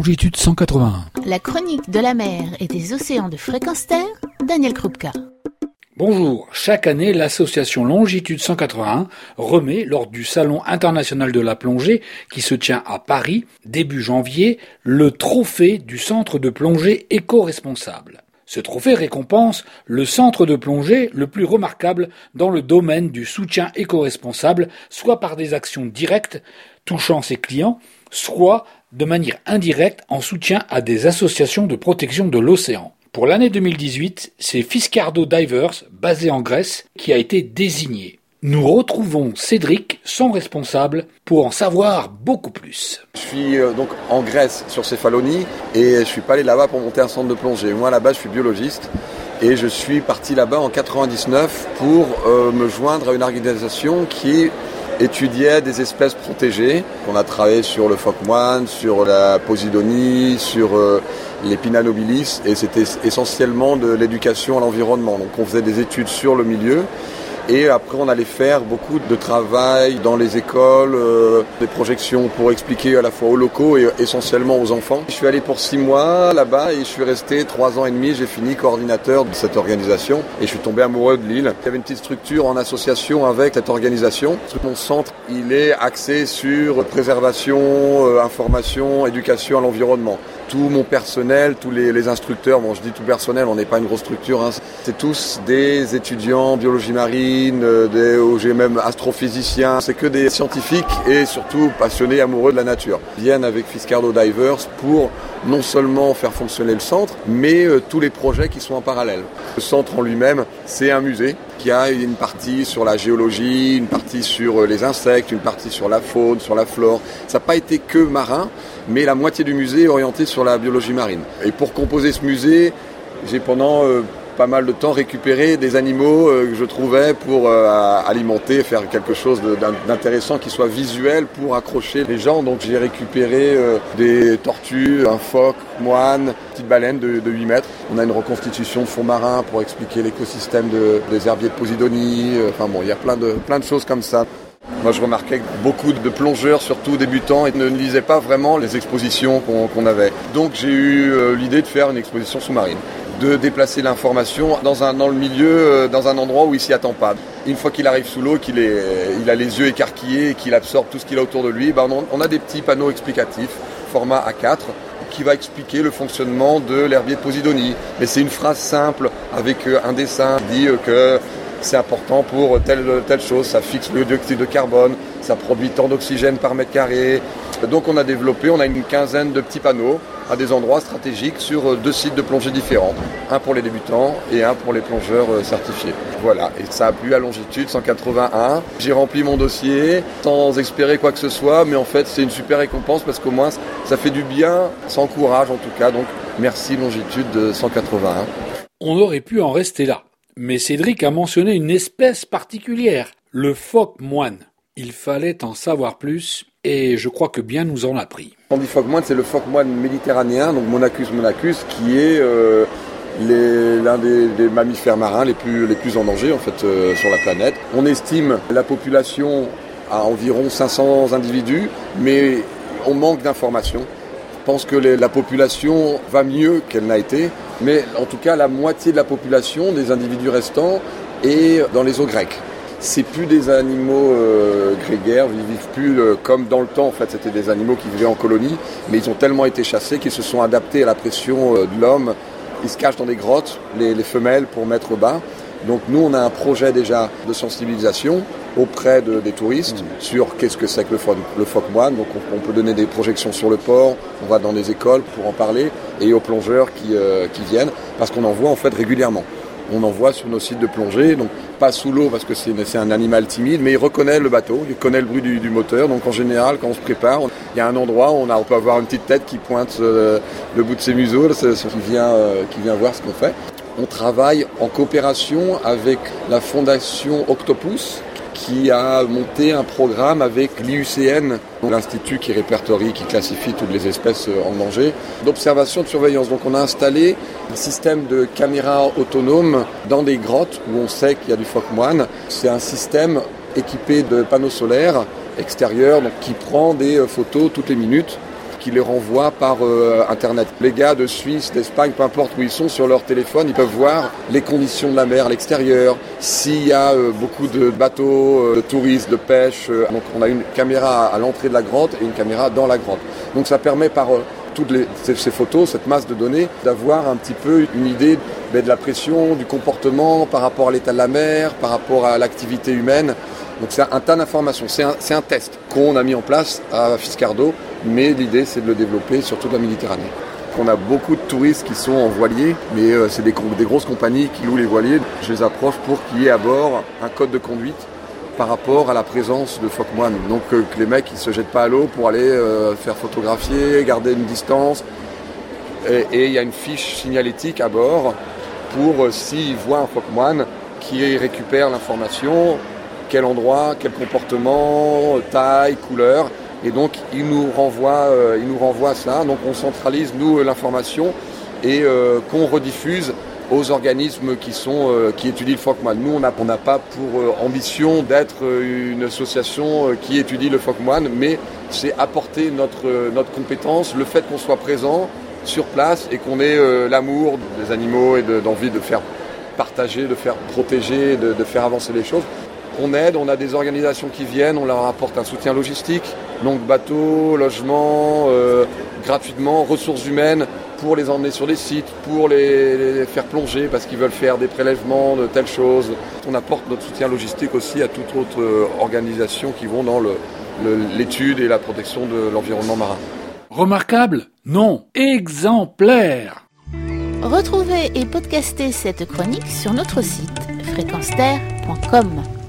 Longitude 181. La chronique de la mer et des océans de Fréquence Terre, Daniel Krupka. Bonjour, chaque année l'association Longitude 181 remet lors du Salon international de la plongée qui se tient à Paris début janvier le trophée du centre de plongée éco-responsable. Ce trophée récompense le centre de plongée le plus remarquable dans le domaine du soutien éco-responsable, soit par des actions directes touchant ses clients, soit de manière indirecte en soutien à des associations de protection de l'océan. Pour l'année 2018, c'est Fiscardo Divers, basé en Grèce, qui a été désigné. Nous retrouvons Cédric, son responsable, pour en savoir beaucoup plus. Je suis donc en Grèce, sur Céphalonie, et je suis pas allé là-bas pour monter un centre de plongée. Moi, là-bas, je suis biologiste, et je suis parti là-bas en 99 pour me joindre à une organisation qui étudiait des espèces protégées. On a travaillé sur le phoque moine, sur la posidonie, sur l'Épina nobilis, et c'était essentiellement de l'éducation à l'environnement. Donc on faisait des études sur le milieu, et après on allait faire beaucoup de travail dans les écoles, des projections pour expliquer à la fois aux locaux et essentiellement aux enfants. Je suis allé pour 6 mois là-bas et je suis resté 3 ans et demi. J'ai fini coordinateur de cette organisation et je suis tombé amoureux de l'île. Il y avait une petite structure en association avec cette organisation. Mon centre, il est axé sur préservation, information, éducation à l'environnement. Tout mon personnel, tous les instructeurs, bon je dis tout personnel, on n'est pas une grosse structure, hein. C'est tous des étudiants en biologie marine, j'ai même astrophysiciens, c'est que des scientifiques et surtout passionnés, amoureux de la nature. Ils viennent avec Fiscardo Divers pour non seulement faire fonctionner le centre, mais tous les projets qui sont en parallèle. Le centre en lui-même, c'est un musée qui a une partie sur la géologie, une partie sur les insectes, une partie sur la faune, sur la flore. Ça n'a pas été que marin, mais la moitié du musée est orientée sur la biologie marine. Et pour composer ce musée, j'ai pendant pas mal de temps récupéré des animaux que je trouvais pour alimenter, faire quelque chose d'intéressant qui soit visuel pour accrocher les gens. Donc j'ai récupéré des tortues, un phoque, moine, une petite baleine de 8 mètres. On a une reconstitution de fond marin pour expliquer l'écosystème des herbiers de Posidonie. Enfin bon, il y a plein de choses comme ça. Moi, je remarquais que beaucoup de plongeurs, surtout débutants, ne lisaient pas vraiment les expositions qu'on avait. Donc, j'ai eu l'idée de faire une exposition sous-marine, de déplacer l'information dans le milieu, dans un endroit où il s'y attend pas. Une fois qu'il arrive sous l'eau, qu'il a les yeux écarquillés et qu'il absorbe tout ce qu'il a autour de lui, on a des petits panneaux explicatifs, format A4, qui va expliquer le fonctionnement de l'herbier de Posidonie. Mais c'est une phrase simple avec un dessin qui dit que c'est important pour telle chose, ça fixe le dioxyde de carbone, ça produit tant d'oxygène par mètre carré. Donc on a une quinzaine de petits panneaux à des endroits stratégiques sur 2 sites de plongée différents. Un pour les débutants et un pour les plongeurs certifiés. Voilà, et ça a plu à Longitude 181. J'ai rempli mon dossier sans espérer quoi que ce soit, mais en fait c'est une super récompense parce qu'au moins ça fait du bien, ça encourage en tout cas. Donc merci Longitude 181. On aurait pu en rester là. Mais Cédric a mentionné une espèce particulière, le phoque moine. Il fallait en savoir plus, et je crois que bien nous en a pris. On dit phoque moine, c'est le phoque moine méditerranéen, donc Monachus monachus, qui est l'un des mammifères marins les plus en danger en fait sur la planète. On estime la population à environ 500 individus, mais on manque d'informations. Je pense que la population va mieux qu'elle n'a été, mais en tout cas la moitié de la population, des individus restants, est dans les eaux grecques. C'est plus des animaux grégaires, ils vivent plus comme dans le temps. En fait, c'était des animaux qui vivaient en colonie, mais ils ont tellement été chassés qu'ils se sont adaptés à la pression de l'homme. Ils se cachent dans des grottes, les femelles, pour mettre bas. Donc nous, on a un projet déjà de sensibilisation auprès des touristes sur qu'est-ce que c'est que le phoque moine. Donc on peut donner des projections sur le port, on va dans des écoles pour en parler, et aux plongeurs qui viennent, parce qu'on en voit en fait régulièrement. On en voit sur nos sites de plongée, donc pas sous l'eau parce que c'est un animal timide, mais il reconnaît le bateau, il connaît le bruit du moteur. Donc en général, quand on se prépare, il y a un endroit où on peut avoir une petite tête qui pointe le bout de ses museaux, qui vient voir ce qu'on fait. On travaille en coopération avec la fondation Octopus, qui a monté un programme avec l'IUCN, l'institut qui répertorie, qui classifie toutes les espèces en danger, d'observation de surveillance. Donc on a installé un système de caméras autonomes dans des grottes où on sait qu'il y a du phoque moine. C'est un système équipé de panneaux solaires extérieurs, donc qui prend des photos toutes les minutes, qui les renvoie par Internet. Les gars de Suisse, d'Espagne, peu importe où ils sont, sur leur téléphone, ils peuvent voir les conditions de la mer à l'extérieur, s'il y a beaucoup de bateaux, de touristes, de pêche. Donc on a une caméra à l'entrée de la grotte et une caméra dans la grotte. Donc ça permet par toutes ces photos, cette masse de données, d'avoir un petit peu une idée de la pression, du comportement par rapport à l'état de la mer, par rapport à l'activité humaine. Donc c'est un tas d'informations, c'est un test qu'on a mis en place à Fiscardo, mais l'idée c'est de le développer sur toute la Méditerranée. On a beaucoup de touristes qui sont en voilier, mais c'est des grosses compagnies qui louent les voiliers. Je les approche pour qu'il y ait à bord un code de conduite par rapport à la présence de phoques moines. Donc que les mecs ne se jettent pas à l'eau pour aller faire photographier, garder une distance. Et il y a une fiche signalétique à bord pour s'ils voient un phoque moine qui récupère l'information, quel endroit, quel comportement, taille, couleur. Et donc il nous renvoie ça. Donc on centralise nous l'information et qu'on rediffuse aux organismes qui étudient le phoque moine. Nous, on n'a pas pour ambition d'être une association qui étudie le phoque moine, mais c'est apporter notre compétence, le fait qu'on soit présent sur place et qu'on ait l'amour des animaux et d'envie de faire partager, de faire protéger, de faire avancer les choses. On aide, on a des organisations qui viennent, on leur apporte un soutien logistique, donc bateau, logement, gratuitement, ressources humaines, pour les emmener sur les sites, pour les faire plonger parce qu'ils veulent faire des prélèvements de telles choses. On apporte notre soutien logistique aussi à toute autre organisation qui vont dans l'étude et la protection de l'environnement marin. Remarquable ? Non, exemplaire. Retrouvez et podcastez cette chronique sur notre site fréquenceterre.com.